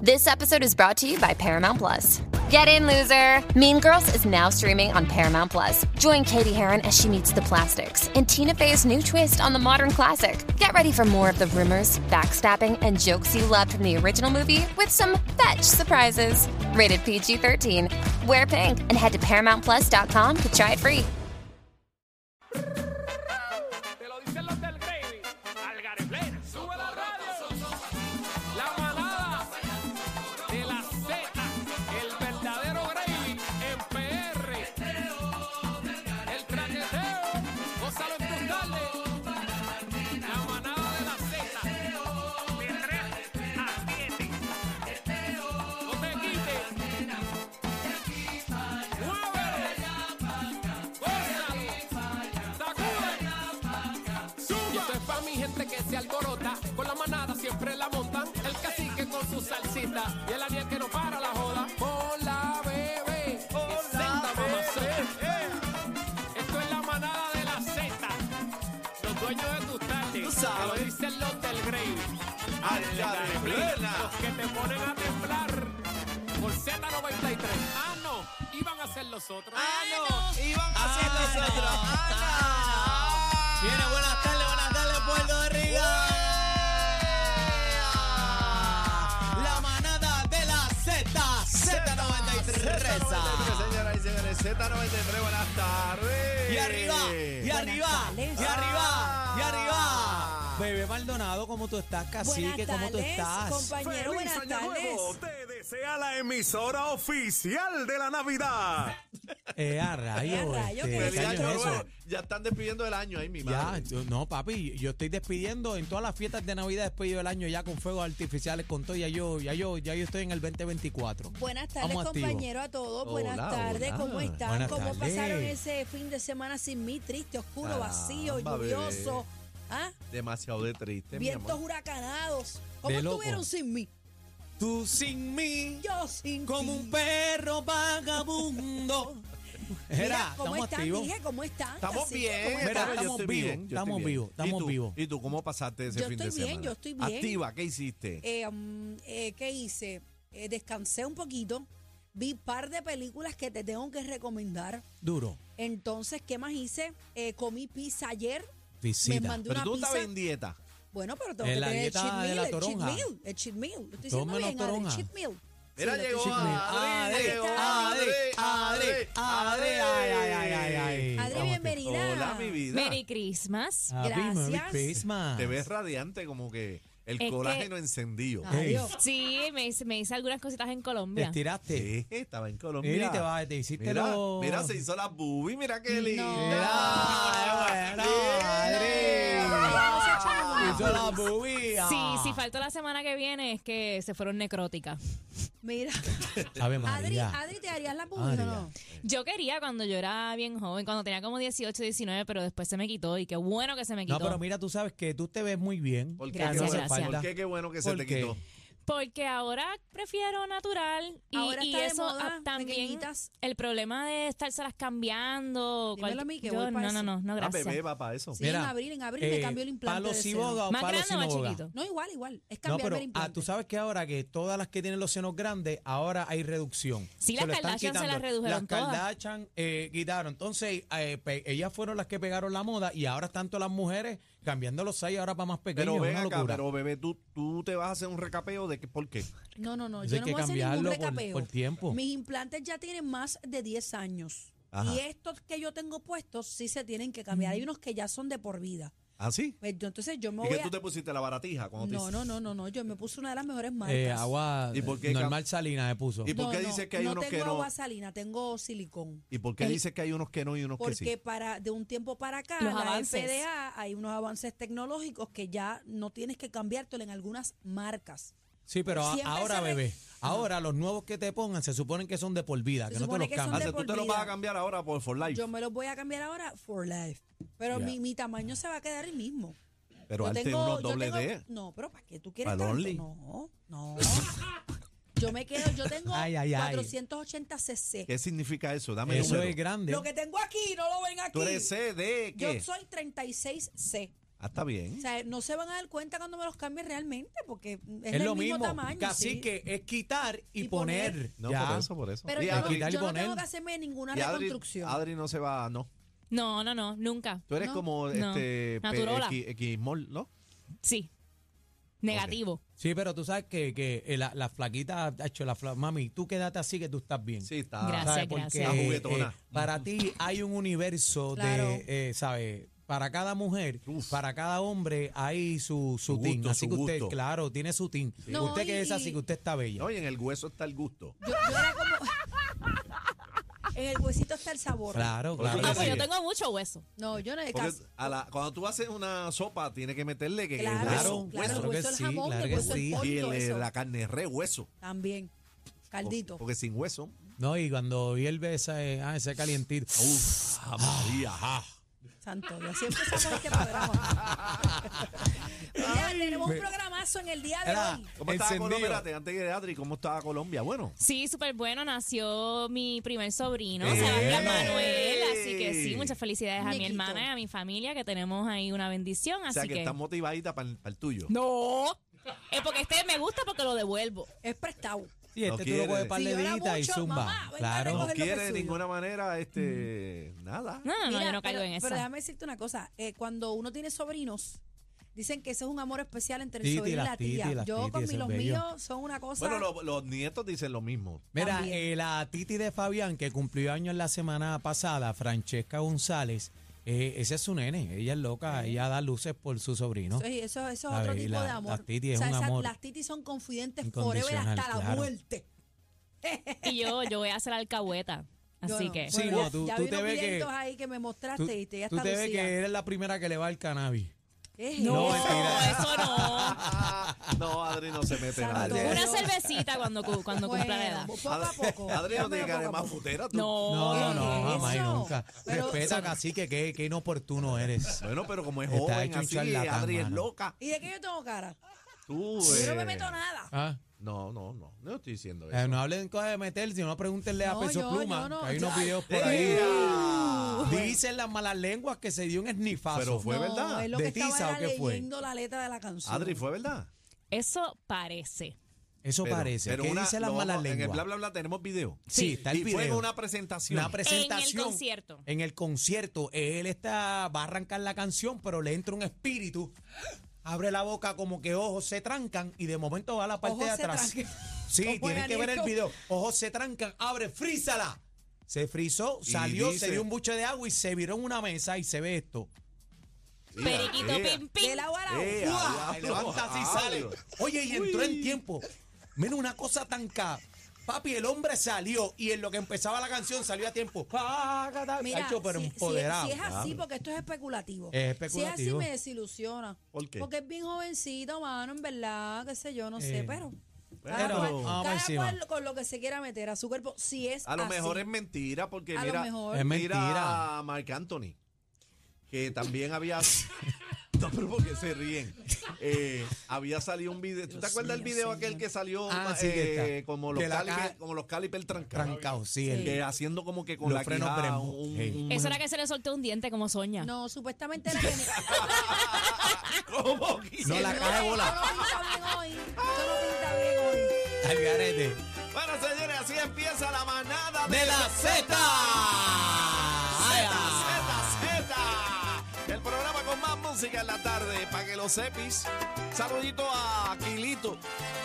This episode is brought to you by Paramount Plus. Get in, loser! Mean Girls is now streaming on Paramount Plus. Join Katie Heron as she meets the plastics in Tina Fey's new twist on the modern classic. Get ready for more of the rumors, backstabbing, and jokes you loved from the original movie with some fetch surprises. Rated PG-13. Wear pink and head to ParamountPlus.com to try it free. Te lo dicen los del Gravy. Algarve Plena. Sube la radio. La manada de la Z. El verdadero Gravy en PR. El traqueteo. Gózalo en tus tardes. La manada de la Z. De 3 a 7. No te quites. Mi gente que se alborota, con la manada siempre la montan, el cacique con su salsita y el Aniel que no para la joda. Hola bebé, hola bebé. Esto es la manada de la Z, los dueños de tus tardes, que lo dicen los del Gravy. Los que te ponen a temblar por Z93. Ah no, iban a ser los otros. Iban a ser nosotros. Viene, buenas tardes, Puerto Rico. La manada de la Z93. Señoras y señores, Z93, buenas tardes. Y arriba. Bebé Maldonado, ¿cómo tú estás, cacique? ¿Cómo tú estás? Compañero, ¡Feliz buenas año tardes. nuevo! Te desea la emisora oficial de la Navidad. A rayo, rayo, ¿qué ¿qué ¡Feliz año año es eso? nuevo! Ya están despidiendo el año ahí, mi Ya, madre. no, papi, yo estoy despidiendo en todas las fiestas de Navidad, despido del año ya con fuegos artificiales, con todo, ya yo estoy en el 2024. Buenas tardes, Vamos activos. compañero, a todos. Hola, Buenas tardes, hola. ¿cómo están? Buenas ¿Cómo tardes. pasaron ese fin de semana sin mí? Triste, oscuro, vacío, Caramba, lluvioso. ¿Ah? Demasiado de triste, mi Vientos amor. huracanados. ¿Cómo De loco. estuvieron sin mí? Tú sin mí, Yo sin como ti. un perro vagabundo. Mira, ¿cómo estamos están, activos. dije? ¿Cómo están? Estamos cacique? bien, ¿Cómo Mira, están? yo estamos estoy vivos, bien, yo estamos estoy vivos, bien. estamos vivos. ¿Y tú cómo pasaste ese Yo fin de estoy bien, semana? yo estoy bien. Activa, ¿qué hiciste? ¿Qué hice? Descansé un poquito. Vi par de películas que te tengo que recomendar. Duro. Entonces, ¿qué más hice? Comí pizza ayer. Me Visita. mandé Pero una tú pizza. estabas en dieta. Bueno, pero tengo En que la tener el dieta cheat de meal, la el cheat toronja. meal, el cheat meal. Lo estoy diciendo Toma la bien, Adri, el toronja. cheat meal. Mira, Sí, lo llegó estoy diciendo bien. Adri, ay. Adri, bienvenida. Hola, mi vida. Merry Christmas. Happy Merry Gracias. Christmas. Te ves radiante, como que el Es colágeno encendido. Adiós. Sí, me hice algunas cositas en Te Colombia. estiraste. Sí, estaba en Colombia. Mira, y te hiciste Mira, lo... mira, se hizo la boobie, mira qué linda. Mira, hizo la bubía. Sí, si faltó la semana que viene es que se fueron necróticas. Mira, Ave Adri, María. Adri, ¿te harías la pubis o Adri. no? Yo quería cuando yo era bien joven, cuando tenía como 18, 19, pero después se me quitó y qué bueno que se me quitó. No, pero mira, tú sabes que tú te ves muy bien. ¿Por qué? Gracias, Qué bueno- gracias. ¿Por qué? Qué bueno que se ¿Por te qué? quitó. Porque ahora prefiero natural y, Ahora y está de eso moda, también pequeñitas. el problema de estárselas cambiando. Dímelo a mí, que yo, voy pa' no, eso. no, Ah, gracias. bebé, va para eso. Sí, Mira, en abril me cambió el implante ¿Palo de sí seno. boga o ¿Más palo grande o sin más boga? chiquito? No, igual. Es No, cambiarme pero el implante. tú sabes que ahora que todas las que tienen los senos grandes, ahora hay reducción. Sí, Se las lo están Kardashian se quitando. las redujeron Las todas. Kardashian quitaron. Entonces, ellas fueron las que pegaron la moda y ahora están todas las mujeres cambiando los size ahora para más pequeños. Pero es ven una acá, locura. pero bebé, tú te vas a hacer un recapeo de que, ¿por qué? No, Eso yo hay no que voy a hacer ningún cambiarlo recapeo. por tiempo. Mis implantes ya tienen más de 10 años. Ajá. Y estos que yo tengo puestos sí se tienen que cambiar. Hay unos que ya son de por vida. ¿Ah, sí? Pues entonces yo me ¿Y voy que a... tú te pusiste la baratija? Cuando te No, yo me puse una de las mejores marcas. Agua ¿Y por qué normal salina me puso. ¿Y por qué dices que hay no unos que tengo no? agua salina, tengo silicón. ¿Y por qué dices que hay unos que no y unos que sí? Porque de un tiempo para acá, Los la avances. FDA, hay unos avances tecnológicos que ya no tienes que cambiártelo en algunas marcas. Sí, pero Siempre ahora, se ve- bebé, ahora los nuevos que te pongan se suponen que son de por vida, Se que no te supone los que son cambian. de Tú por te lo vida. vas a cambiar ahora por For Life. Yo me los voy a cambiar ahora for life. Pero Ya. mi tamaño se va a quedar el mismo. Pero Yo antes tengo- unos yo doble tengo- D. No, pero ¿para qué tú quieres ¿Para tanto? Only? No. Yo tengo Ay, ay, ay. 480 cc. ¿Qué significa eso? Dame el Eso número. es grande. Lo que tengo aquí, no lo ven aquí. Tú eres C, D, Yo ¿qué? soy 36C. Está bien. O sea, no se van a dar cuenta cuando me los cambie realmente, porque es Es del lo mismo mismo. tamaño. Casi sí. que es quitar y Y poner. poner. No, ya. por eso. Pero Y yo, no, Adri- quitar y yo no poner. tengo que hacerme ninguna y Adri, reconstrucción. Adri no se va, no. No, nunca. Tú eres No. como No. Naturola. Xmol, ¿no? Sí. Negativo. Sí, pero tú sabes que la flaquita, hecho mami, tú quédate así que tú estás bien. Sí, está. Gracias. ¿Sabes? Porque Está juguetona. para ti hay un universo Claro. de, ¿sabes? Para cada mujer, Uf. para cada hombre hay su Su team. gusto, Así su que usted, gusto. claro, tiene su team. No, Usted que es y- así que usted está bella. No, y en el hueso está el gusto. Yo era como... en el huesito está el sabor. Claro, Porque claro. Ah, tú pues yo sí. tengo mucho hueso. No, yo no he Porque caso. cuando tú haces una sopa, tienes que meterle que Claro, hueso, claro, hueso. el hueso del sí, jamón, claro el que hueso del sí. pollo, Y todo eso. la carne es re hueso. También. Caldito. Porque sin hueso. No, y cuando vi el beso, ese calientito. Uf, María. Santo, y así empezamos este programa. Ya, tenemos un programazo en el día de Era- hoy. ¿Cómo estaba Encendido. Colombia? Espérate, antes de Adri, ¿cómo estaba Colombia? Bueno. Sí, súper bueno. Nació mi primer sobrino, ¡Eh! Sebastián Manuel. Así que sí, muchas felicidades a mi Niquito. hermana y a mi familia, que tenemos ahí una bendición. O Así sea que estás motivadita para el tuyo. No. Es porque este me gusta porque lo devuelvo. Es prestado. Y No este tú quiere. lo coges par Si de llora deditas y mucho, zumba. mamá, venga, Claro. No recoge lo que quiere es de suyo. ninguna manera, nada. No, Mira, yo no caigo pero, en pero esa. déjame decirte una cosa. Cuando uno tiene sobrinos, dicen que eso es un amor especial entre el Titi, sobrino y las la titi, tía. las Yo titi, con eso es los bello. míos son una cosa... Bueno, los nietos dicen lo mismo. Mira, También. la Titi de Fabián, que cumplió años la semana pasada, Francesca González, ese es su nene. Ella es loca, ella da luces por su sobrino. Eso es ¿Sabes? otro Y tipo de amor. las titi es un amor las titis son confidentes forever incondicional, hasta la claro. muerte. Y yo voy a hacer alcahueta. Yo Así no. que. Sí, Bueno, no, tú ya te vi unos ves que- videitos ahí que me mostraste Tú, y te ya tú está te ves lucía. que eres la primera que le va al cannabis. ¿Qué es No, eso? mentira. Eso no. No, Adri no se mete Santo. nada. Una cervecita cuando cumpla la edad. Poco a poco. Adri no tiene Dámelo cara de poco a más poco. futera. tú. No. No, no, ¿qué es jamás y eso? nunca. Pero- Respeta, cacique, que inoportuno eres. Bueno, pero como es Está joven hecho un así, charlatán, Adri es mano. loca. ¿Y de qué yo tengo cara? Tú, Yo no me meto nada. Ah, No estoy diciendo eso. no hablen cosas de meter, sino pregúntenle a No, Peso yo Pluma, no. que hay unos Ay, videos por ahí. ¡Ea! Dicen las malas lenguas que se dio un esnifazo. Pero fue No, verdad. es lo ¿De que estaba tiza o era qué fue? leyendo la letra de la canción. Adri, ¿fue verdad? Eso parece. Eso parece. ¿Qué dicen las malas En el lenguas? bla, bla, bla tenemos video. Sí, está el Y fue en video. una presentación. Una presentación. En el concierto. En el concierto. Él va a arrancar la canción, pero le entra un espíritu. Abre la boca como que ojos se trancan y de momento va a la parte Ojos de se atrás. trancan. Sí, Como tienes que ver el Aniel. video. Ojos se trancan, abre, frízala. Se frizó, Y salió, dice- se dio un buche de agua y se viró en una mesa y se ve esto. Periquito pim pim. De lado a lado. ¡Uah! Y levanta así y sale. Dios. Oye, y entró en tiempo. Mira una cosa tan Papi, el hombre salió y en lo que empezaba la canción salió a tiempo. Mira, Pero si empoderado. es así, porque esto es especulativo. Es especulativo. Si es así, me desilusiona. ¿Por qué? Porque es bien jovencito, mano, en verdad, qué sé yo, no sé, pero... Pero, Cada cual, vamos para cada encima. cual con lo que se quiera meter a su cuerpo, si es A lo así. mejor es mentira, porque A lo mira, mejor. Es mentira. mira a Marc Anthony, que también había... No, pero porque se ríen. Había salido un video. ¿Tú te acuerdas del video aquel que salió Sí, que está. como, Que los la caliper, caja- como los caliper trancados? Trancado, sí. Sí. el- Que haciendo como que con Los la frenos quijada Brembo. Hey. Eso era que se le soltó un diente como Soña. No, supuestamente era que... ¿Cómo que No, la caja de bola. Esto no pinta bien hoy. Esto no pinta bien hoy. Al garete. Bueno, señores, así empieza la manada ¡De la Z! Z. El programa con más música en la tarde, para que lo sepis. Saludito a Aquilito,